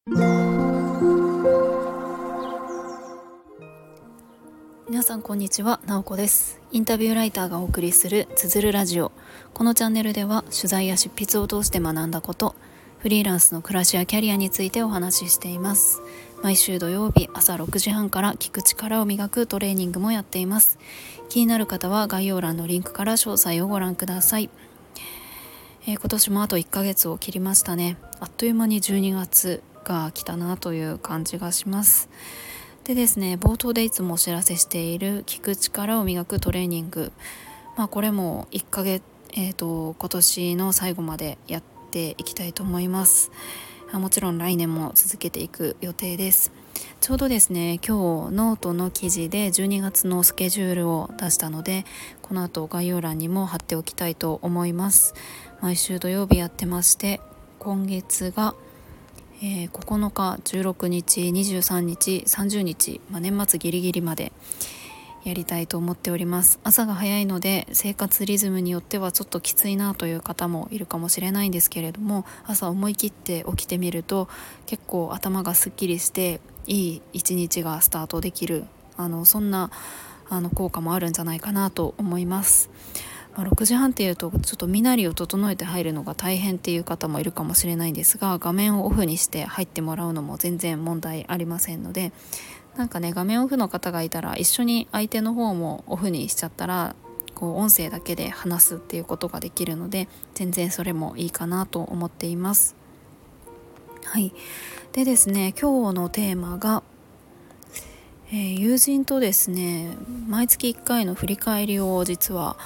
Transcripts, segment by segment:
皆さんこんにちは、なおこです。インタビューライターがお送りするつづるラジオ。このチャンネルでは取材や執筆を通して学んだこと、フリーランスの暮らしやキャリアについてお話ししています。毎週土曜日朝6時半から聞く力を磨くトレーニングもやっています。気になる方は概要欄のリンクから詳細をご覧ください。今年もあと1ヶ月を切りましたね。あっという間に12月が来たなという感じがします。でですね、冒頭でいつもお知らせしている聞く力を磨くトレーニング、これも1ヶ月、今年の最後までやっていきたいと思います。もちろん来年も続けていく予定です。ちょうどですね、今日ノートの記事で12月のスケジュールを出したので、この後概要欄にも貼っておきたいと思います。毎週土曜日やってまして、今月が9日、16日、23日、30日、年末ギリギリまでやりたいと思っております。朝が早いので生活リズムによってはちょっときついなという方もいるかもしれないんですけれども、朝思い切って起きてみると結構頭がすっきりしていい一日がスタートできる、そんな効果もあるんじゃないかなと思います。6時半っていうとちょっと身なりを整えて入るのが大変っていう方もいるかもしれないんですが、画面をオフにして入ってもらうのも全然問題ありませんので、画面オフの方がいたら一緒に相手の方もオフにしちゃったら音声だけで話すっていうことができるので、全然それもいいかなと思っています。はい。でですね、今日のテーマが友人とですね、毎月1回の振り返りを実は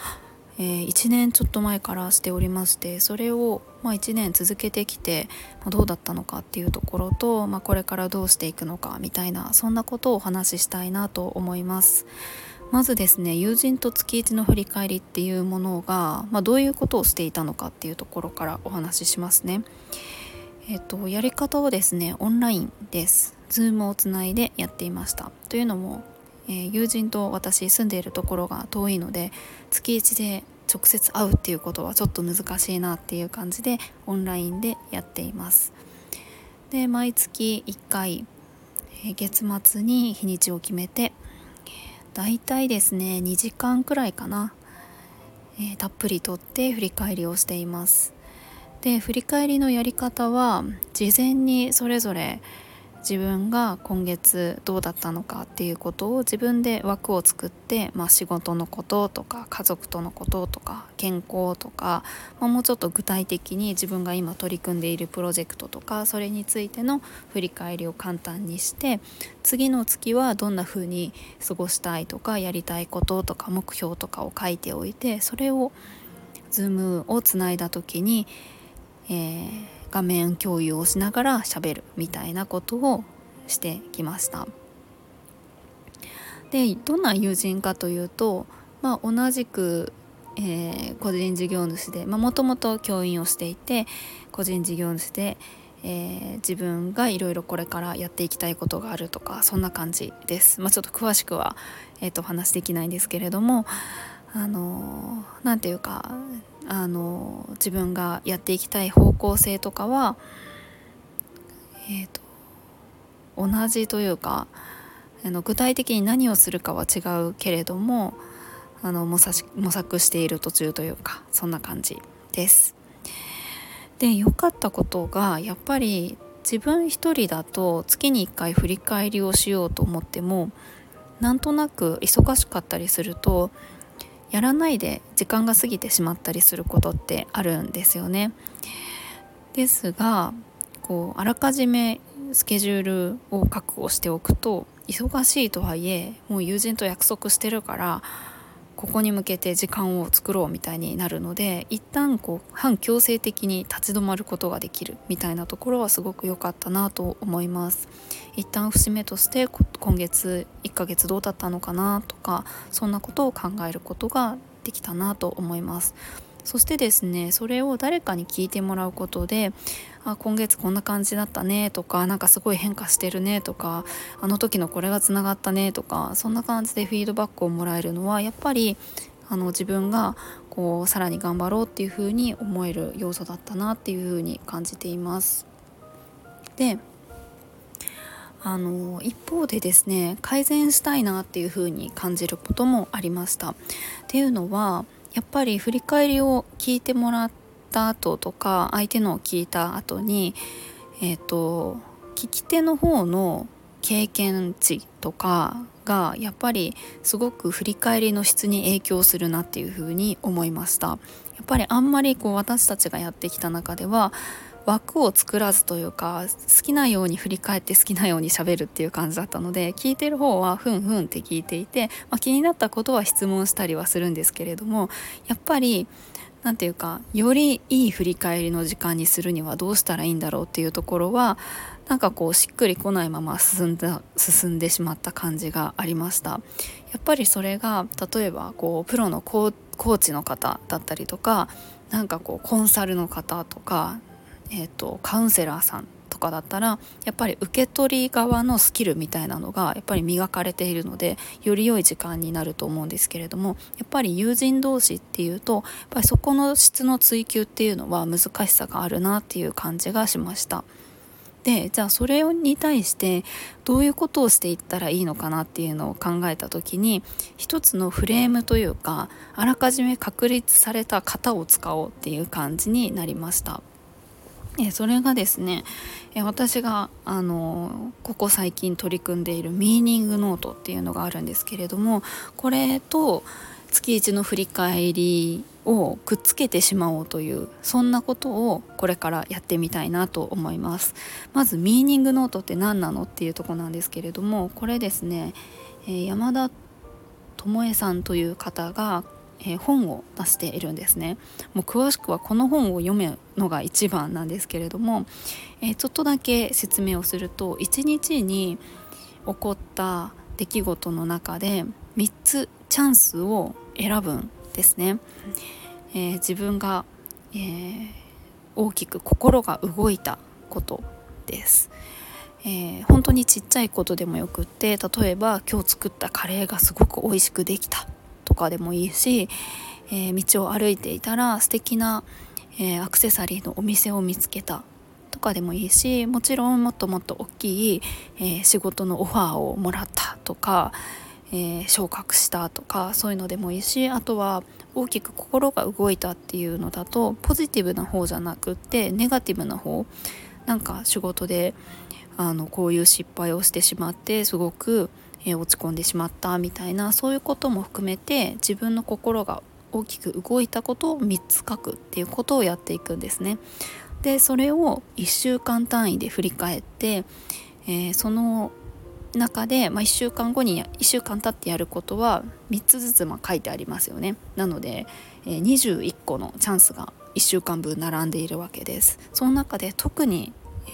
1年ちょっと前からしておりまして、それを1年続けてきてどうだったのかっていうところと、これからどうしていくのかみたいな、そんなことをお話ししたいなと思います。まずですね、友人と月1の振り返りっていうものが、どういうことをしていたのかっていうところからお話ししますね。やり方はですね、オンラインです。Zoom をつないでやっていました。というのも友人と私住んでいるところが遠いので、月1で直接会うっていうことはちょっと難しいなっていう感じでオンラインでやっています。で、毎月1回月末に日にちを決めて、だいたいですね2時間くらいかな、たっぷりとって振り返りをしています。で、振り返りのやり方は事前にそれぞれ自分が今月どうだったのかっていうことを自分で枠を作って、仕事のこととか家族とのこととか健康とか、もうちょっと具体的に自分が今取り組んでいるプロジェクトとか、それについての振り返りを簡単にして、次の月はどんな風に過ごしたいとかやりたいこととか目標とかを書いておいて、それを Zoom をつないだ時に画面共有をしながら喋るみたいなことをしてきました。で、どんな友人かというと、同じく、個人事業主で、もともと教員をしていて個人事業主で、自分がいろいろこれからやっていきたいことがあるとか、そんな感じです。ちょっと詳しくは、お話できないんですけれども、なんていうか自分がやっていきたい方向性とかは、同じというか、具体的に何をするかは違うけれども模索している途中というか、そんな感じです。で、良かったことがやっぱり自分一人だと月に1回振り返りをしようと思っても、なんとなく忙しかったりするとやらないで時間が過ぎてしまったりすることってあるんですよね。ですが、あらかじめスケジュールを確保しておくと、忙しいとはいえもう友人と約束してるからここに向けて時間を作ろうみたいになるので、一旦反強制的に立ち止まることができるみたいなところはすごく良かったなと思います。一旦節目として今月1ヶ月どうだったのかなとか、そんなことを考えることができたなと思います。そしてですね、それを誰かに聞いてもらうことで、今月こんな感じだったねとか、すごい変化してるねとか、あの時のこれがつながったねとか、そんな感じでフィードバックをもらえるのはやっぱり自分がさらに頑張ろうっていう風に思える要素だったなっていう風に感じています。で、 一方でですね、改善したいなっていうふうに感じることもありました。っていうのはやっぱり振り返りを聞いてもらった後とか、相手のを聞いた後に、聞き手の方の経験値とかがやっぱりすごく振り返りの質に影響するなっていうふうに思いました。やっぱりあんまり私たちがやってきた中では枠を作らずというか、好きなように振り返って好きなように喋るっていう感じだったので、聞いてる方はふんふんって聞いていて、気になったことは質問したりはするんですけれども、やっぱりなんていうか、よりいい振り返りの時間にするにはどうしたらいいんだろうっていうところはしっくりこないまま進んでしまった感じがありました。やっぱりそれが例えばプロのコーチの方だったりとか、コンサルの方とか、カウンセラーさんとかだったら、やっぱり受け取り側のスキルみたいなのがやっぱり磨かれているので、より良い時間になると思うんですけれども、やっぱり友人同士っていうと、やっぱりそこの質の追求っていうのは難しさがあるなっていう感じがしました。で、じゃあそれに対してどういうことをしていったらいいのかなっていうのを考えた時に、一つのフレームというか、あらかじめ確立された型を使おうっていう感じになりました。それがですね、私がここ最近取り組んでいるミーニングノートっていうのがあるんですけれども、これと月一の振り返りをくっつけてしまおうという、そんなことをこれからやってみたいなと思います。まずミーニングノートって何なのっていうところなんですけれども、これですね、山田智恵さんという方が本を出しているんですね。もう詳しくはこの本を読むのが一番なんですけれども、ちょっとだけ説明をすると、1日に起こった出来事の中で3つチャンスを選ぶんですね。自分が、大きく心が動いたことです。本当にちっちゃいことでもよくって、例えば今日作ったカレーがすごく美味しくできたとかでもいいし、道を歩いていたら素敵な、アクセサリーのお店を見つけたとかでもいいし、もちろんもっともっと大きい、仕事のオファーをもらったとか、昇格したとか、そういうのでもいいし、あとは大きく心が動いたっていうのだと、ポジティブな方じゃなくってネガティブな方、仕事でこういう失敗をしてしまってすごく、落ち込んでしまったみたいな、そういうことも含めて自分の心が大きく動いたことを3つ書くっていうことをやっていくんですね。でそれを1週間単位で振り返って、その中で、1週間後に1週間経ってやることは3つずつ書いてありますよね。なので、21個のチャンスが1週間分並んでいるわけです。その中で特に、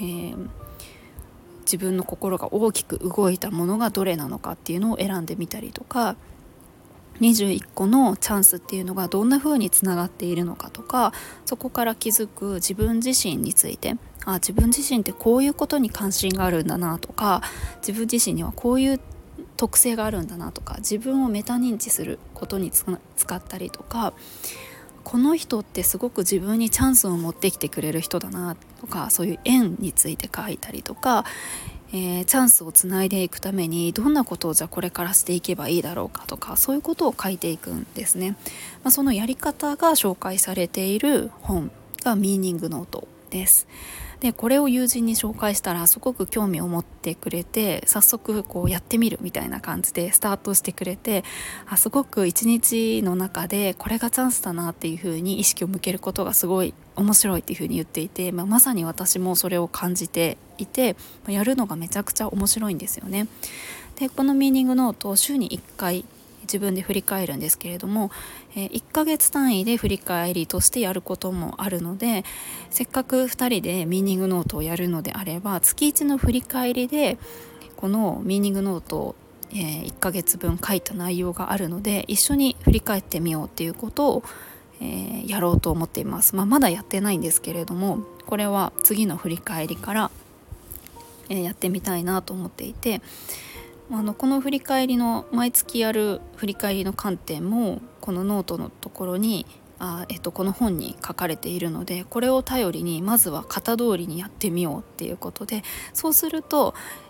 自分の心が大きく動いたものがどれなのかっていうのを選んでみたりとか、21個のチャンスっていうのがどんな風につながっているのかとか、そこから気づく自分自身について、自分自身ってこういうことに関心があるんだなとか、自分自身にはこういう特性があるんだなとか、自分をメタ認知することに使ったりとか、この人ってすごく自分にチャンスを持ってきてくれる人だなとか、そういう縁について書いたりとか、チャンスをつないでいくためにどんなことをじゃあこれからしていけばいいだろうかとか、そういうことを書いていくんですね。そのやり方が紹介されている本がミーニングノートです。でこれを友人に紹介したらすごく興味を持ってくれて、早速やってみるみたいな感じでスタートしてくれて、すごく一日の中でこれがチャンスだなっていう風に意識を向けることがすごい面白いっていう風に言っていて、まさに私もそれを感じていて、やるのがめちゃくちゃ面白いんですよね。でこのミーニングノートを週に1回自分で振り返るんですけれども、1ヶ月単位で振り返りとしてやることもあるので、せっかく2人でミーニングノートをやるのであれば、月1の振り返りでこのミーニングノートを、1ヶ月分書いた内容があるので、一緒に振り返ってみようっていうことを、やろうと思っています。まだやってないんですけれども、これは次の振り返りから、やってみたいなと思っていて、この振り返りの毎月やる振り返りの観点もこのノートのところにこの本に書かれているので、これを頼りにまずは型通りにやってみようっていうことで、そうすると、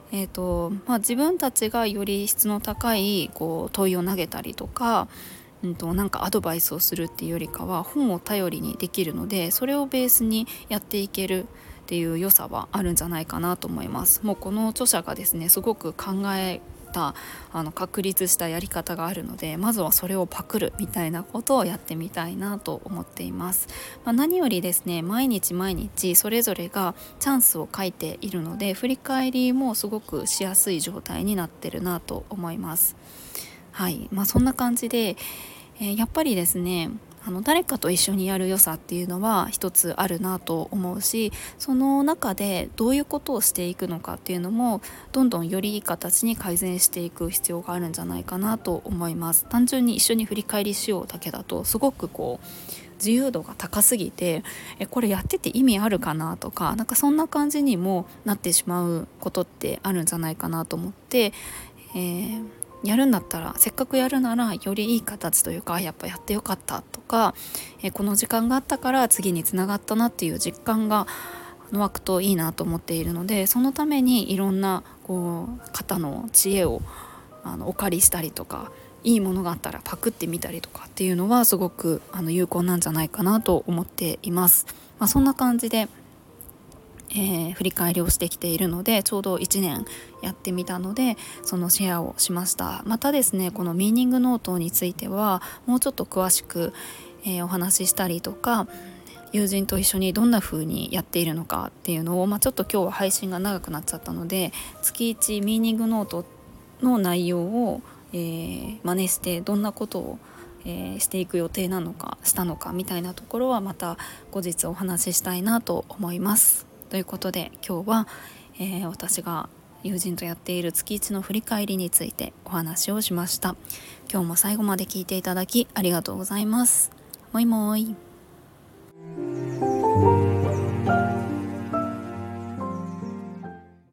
自分たちがより質の高い問いを投げたりとか、なんかアドバイスをするっていうよりかは本を頼りにできるので、それをベースにやっていけるっていう良さはあるんじゃないかなと思います。もうこの著者がですねすごく考えた確立したやり方があるので、まずはそれをパクるみたいなことをやってみたいなと思っています。何よりですね毎日毎日それぞれがチャンスを書いているので、振り返りもすごくしやすい状態になってるなと思います。はい、そんな感じで、やっぱりですね誰かと一緒にやる良さっていうのは一つあるなと思うし、その中でどういうことをしていくのかっていうのもどんどんよりいい形に改善していく必要があるんじゃないかなと思います。単純に一緒に振り返りしようだけだとすごく自由度が高すぎて、これやってて意味あるかなとか、なんかそんな感じにもなってしまうことってあるんじゃないかなと思って、やるんだったらせっかくやるならよりいい形というか、やっぱやってよかったとか、この時間があったから次につながったなっていう実感が湧くといいなと思っているので、そのためにいろんな方の知恵をお借りしたりとか、いいものがあったらパクってみたりとかっていうのはすごく有効なんじゃないかなと思っています。そんな感じで振り返りをしてきているので、ちょうど1年やってみたのでそのシェアをしました。またですねこのミーニングノートについてはもうちょっと詳しく、お話ししたりとか、友人と一緒にどんな風にやっているのかっていうのを、ちょっと今日は配信が長くなっちゃったので月1ミーニングノートの内容を、真似してどんなことをしていく予定なのかしたのかみたいなところはまた後日お話ししたいなと思います。ということで今日は、私が友人とやっている月1の振り返りについてお話をしました。今日も最後まで聞いていただきありがとうございます。もいもい。